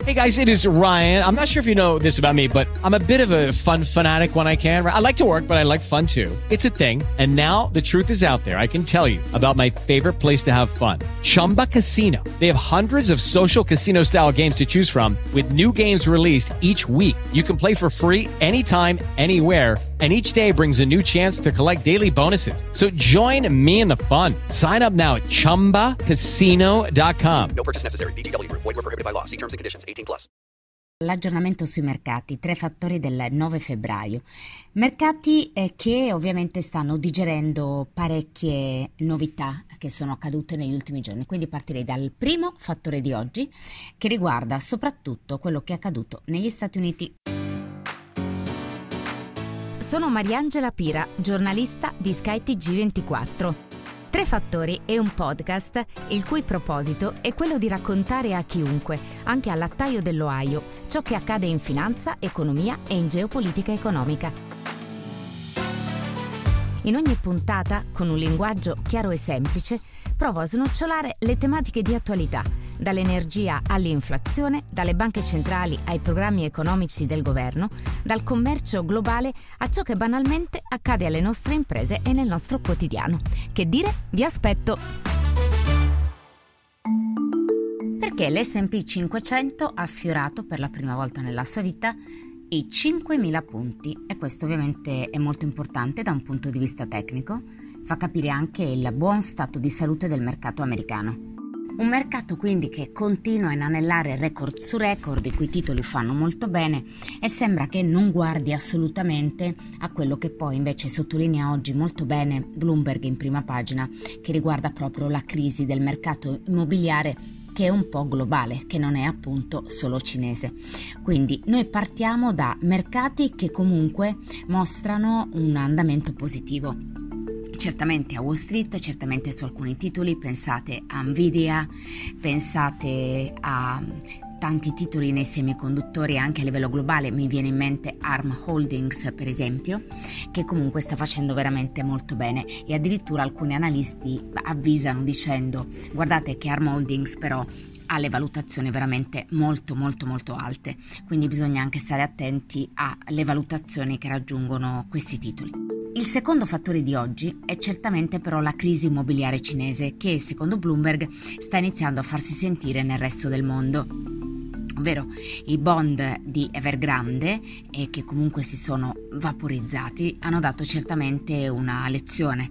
Hey guys, it is Ryan. I'm not sure if you know this about me, but I'm a bit of a fun fanatic when I can. I like to work, but I like fun too. It's a thing. And now the truth is out there. I can tell you about my favorite place to have fun. Chumba Casino. They have hundreds of social casino style games to choose from with new games released each week. You can play for free anytime, anywhere. And each day brings a new chance to collect daily bonuses. So join me in the fun. Sign up now at ChumbaCasino.com. No purchase necessary. VGW Group. Void where prohibited by law. See terms and conditions. 18+. L'aggiornamento sui mercati, 3 fattori del 9 febbraio. Mercati che ovviamente stanno digerendo parecchie novità che sono accadute negli ultimi giorni. Quindi partirei dal primo fattore di oggi, che riguarda soprattutto quello che è accaduto negli Stati Uniti. Sono Mariangela Pira, giornalista di skyTG24. 3 fattori è un podcast il cui proposito è quello di raccontare a chiunque, anche al lattaio dell'Ohio, ciò che accade in finanza, economia e in geopolitica economica. In ogni puntata, con un linguaggio chiaro e semplice, provo a snocciolare le tematiche di attualità, dall'energia all'inflazione, dalle banche centrali ai programmi economici del governo, dal commercio globale a ciò che banalmente accade alle nostre imprese e nel nostro quotidiano. Che dire? Vi aspetto! Perché l'S&P 500 ha sfiorato per la prima volta nella sua vita i 5.000 punti, e questo ovviamente è molto importante da un punto di vista tecnico, fa capire anche il buon stato di salute del mercato americano. Un mercato quindi che continua a inanellare record su record, i cui titoli fanno molto bene, e sembra che non guardi assolutamente a quello che poi invece sottolinea oggi molto bene Bloomberg in prima pagina, che riguarda proprio la crisi del mercato immobiliare, che è un po' globale, che non è appunto solo cinese. Quindi noi partiamo da mercati che comunque mostrano un andamento positivo. Certamente a Wall Street, certamente su alcuni titoli, pensate a Nvidia, pensate a tanti titoli nei semiconduttori anche a livello globale, mi viene in mente ARM Holdings per esempio, che comunque sta facendo veramente molto bene, e addirittura alcuni analisti avvisano dicendo: guardate che ARM Holdings però ha le valutazioni veramente molto alte, quindi bisogna anche stare attenti alle valutazioni che raggiungono questi titoli. Il secondo fattore di oggi è certamente però la crisi immobiliare cinese, che secondo Bloomberg sta iniziando a farsi sentire nel resto del mondo. Ovvero i bond di Evergrande, che comunque si sono vaporizzati, hanno dato certamente una lezione.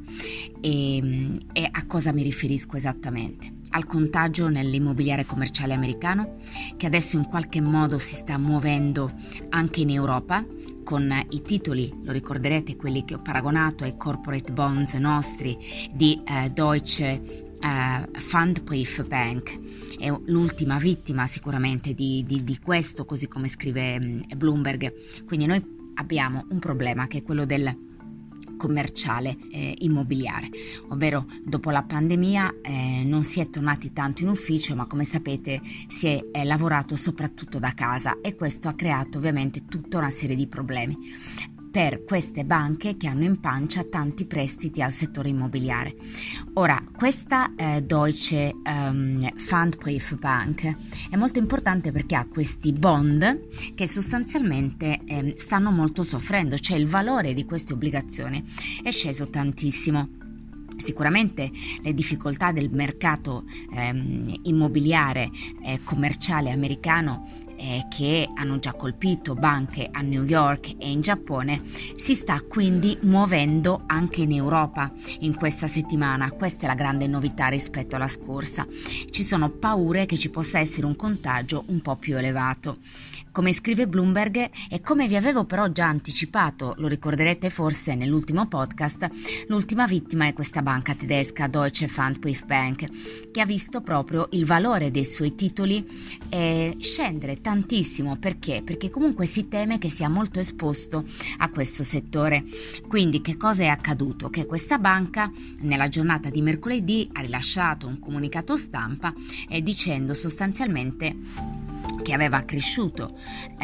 E a cosa mi riferisco esattamente? Al contagio nell'immobiliare commerciale americano, che adesso in qualche modo si sta muovendo anche in Europa, con i titoli, lo ricorderete, quelli che ho paragonato ai corporate bonds nostri di Deutsche Pfandbrief Bank. È l'ultima vittima sicuramente di questo, così come scrive Bloomberg. Quindi noi abbiamo un problema che è quello del commerciale immobiliare, ovvero dopo la pandemia non si è tornati tanto in ufficio, ma come sapete si è lavorato soprattutto da casa, e questo ha creato ovviamente tutta una serie di problemi per queste banche che hanno in pancia tanti prestiti al settore immobiliare. Ora, questa Deutsche Pfandbrief Bank è molto importante perché ha questi bond che sostanzialmente stanno molto soffrendo, cioè il valore di queste obbligazioni è sceso tantissimo. Sicuramente le difficoltà del mercato immobiliare commerciale americano, che hanno già colpito banche a New York e in Giappone, si sta quindi muovendo anche in Europa in questa settimana. Questa è la grande novità rispetto alla scorsa. Ci sono paure che ci possa essere un contagio un po' più elevato. Come scrive Bloomberg, e come vi avevo però già anticipato, lo ricorderete forse nell'ultimo podcast, l'ultima vittima è questa banca tedesca Deutsche Pfandbrief Bank, che ha visto proprio il valore dei suoi titoli scendere tantissimo. Perché? Perché comunque si teme che sia molto esposto a questo settore. Quindi che cosa è accaduto? Che questa banca nella giornata di mercoledì ha rilasciato un comunicato stampa dicendo sostanzialmente che aveva accresciuto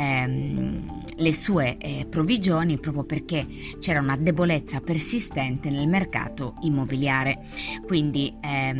le sue provvigioni proprio perché c'era una debolezza persistente nel mercato immobiliare. Quindi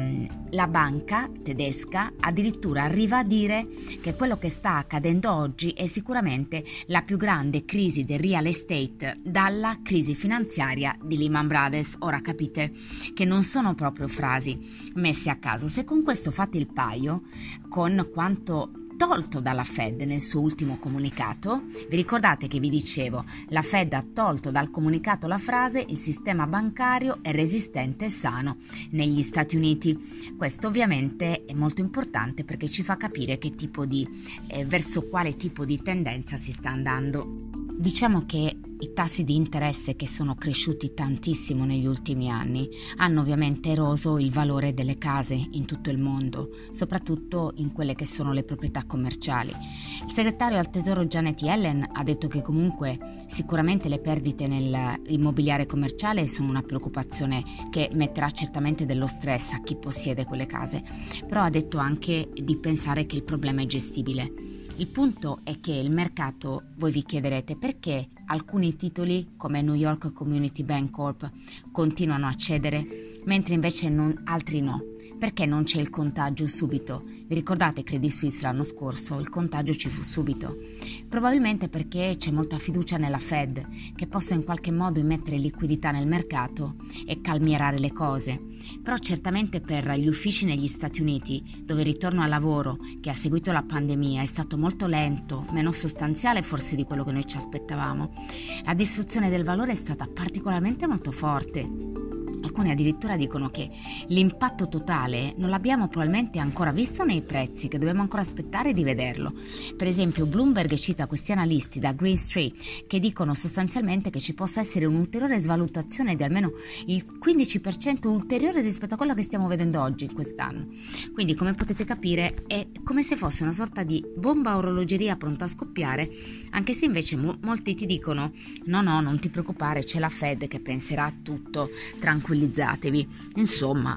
la banca tedesca addirittura arriva a dire che quello che sta accadendo oggi è sicuramente la più grande crisi del real estate dalla crisi finanziaria di Lehman Brothers. Ora capite che non sono proprio frasi messe a caso. Se con questo fate il paio con quanto tolto dalla Fed nel suo ultimo comunicato, vi ricordate che vi dicevo, la Fed ha tolto dal comunicato la frase il sistema bancario è resistente e sano negli Stati Uniti. Questo ovviamente è molto importante perché ci fa capire che tipo di verso quale tipo di tendenza si sta andando. Diciamo che i tassi di interesse che sono cresciuti tantissimo negli ultimi anni hanno ovviamente eroso il valore delle case in tutto il mondo, soprattutto in quelle che sono le proprietà commerciali. Il segretario al Tesoro Janet Yellen ha detto che comunque sicuramente le perdite nell'immobiliare commerciale sono una preoccupazione che metterà certamente dello stress a chi possiede quelle case, però ha detto anche di pensare che il problema è gestibile. Il punto è che il mercato, voi vi chiederete perché alcuni titoli come New York Community Bank Corp continuano a cedere, mentre invece altri no. Perché non c'è il contagio subito? Vi ricordate Credit Suisse l'anno scorso? Il contagio ci fu subito. Probabilmente perché c'è molta fiducia nella Fed, che possa in qualche modo immettere liquidità nel mercato e calmierare le cose. Però certamente per gli uffici negli Stati Uniti, dove il ritorno al lavoro che ha seguito la pandemia è stato molto lento, meno sostanziale forse di quello che noi ci aspettavamo, la distruzione del valore è stata particolarmente molto forte. Alcuni addirittura dicono che l'impatto totale non l'abbiamo probabilmente ancora visto nei prezzi, che dobbiamo ancora aspettare di vederlo. Per esempio Bloomberg cita questi analisti da Green Street che dicono sostanzialmente che ci possa essere un'ulteriore svalutazione di almeno il 15% ulteriore rispetto a quello che stiamo vedendo oggi in quest'anno. Quindi come potete capire è come se fosse una sorta di bomba a orologeria pronta a scoppiare, anche se invece molti ti dicono no, non ti preoccupare, c'è la Fed che penserà a tutto, tranquillizzatevi. Insomma,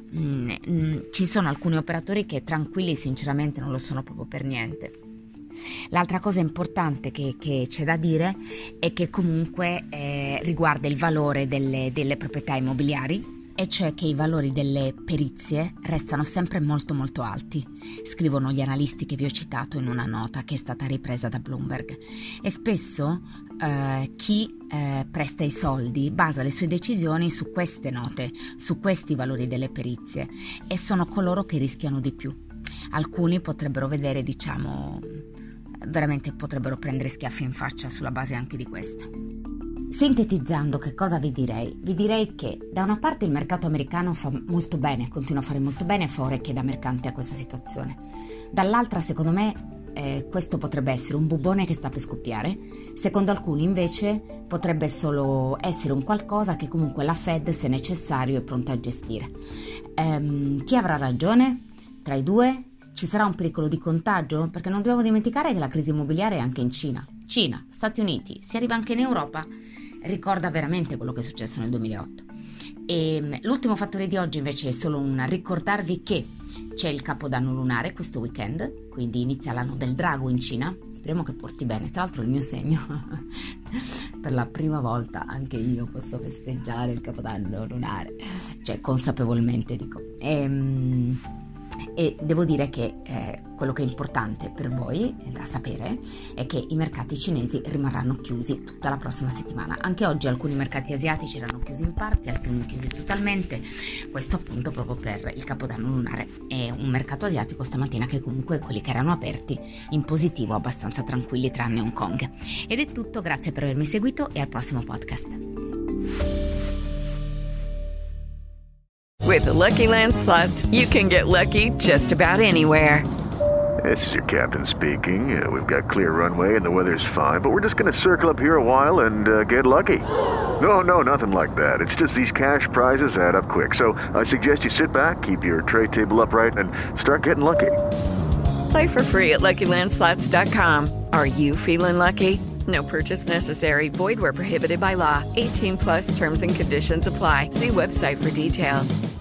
ci sono alcuni operatori che tranquilli sinceramente non lo sono proprio per niente. L'altra cosa importante che c'è da dire è che comunque riguarda il valore delle proprietà immobiliari, e cioè che i valori delle perizie restano sempre molto molto alti, scrivono gli analisti che vi ho citato in una nota che è stata ripresa da Bloomberg. E spesso chi presta i soldi basa le sue decisioni su queste note, su questi valori delle perizie, e sono coloro che rischiano di più. Alcuni potrebbero vedere, veramente potrebbero prendere schiaffi in faccia sulla base anche di questo. Sintetizzando, che cosa vi direi? Vi direi che da una parte il mercato americano fa molto bene, continua a fare molto bene e fa orecchie da mercante a questa situazione. Dall'altra, secondo me, questo potrebbe essere un bubbone che sta per scoppiare. Secondo alcuni invece potrebbe solo essere un qualcosa che comunque la Fed, se necessario, è pronta a gestire. Chi avrà ragione? Tra i due? Ci sarà un pericolo di contagio? Perché non dobbiamo dimenticare che la crisi immobiliare è anche in Cina, Stati Uniti, si arriva anche in Europa. Ricorda veramente quello che è successo nel 2008. E l'ultimo fattore di oggi invece è solo un ricordarvi che c'è il Capodanno lunare questo weekend, quindi inizia l'anno del drago in Cina. Speriamo che porti bene, tra l'altro il mio segno. Per la prima volta anche io posso festeggiare il Capodanno lunare, cioè consapevolmente dico. E devo dire che quello che è importante per voi da sapere è che i mercati cinesi rimarranno chiusi tutta la prossima settimana. Anche oggi alcuni mercati asiatici erano chiusi in parte, alcuni chiusi totalmente, questo appunto proprio per il Capodanno lunare. È un mercato asiatico stamattina che comunque quelli che erano aperti in positivo abbastanza tranquilli tranne Hong Kong. Ed è tutto, grazie per avermi seguito e al prossimo podcast. With the Lucky Land Slots, you can get lucky just about anywhere. This is your captain speaking. We've got clear runway and the weather's fine, but we're just going to circle up here a while and get lucky. No, nothing like that. It's just these cash prizes add up quick. So I suggest you sit back, keep your tray table upright, and start getting lucky. Play for free at LuckyLandSlots.com. Are you feeling lucky? No purchase necessary. Void where prohibited by law. 18+ terms and conditions apply. See website for details.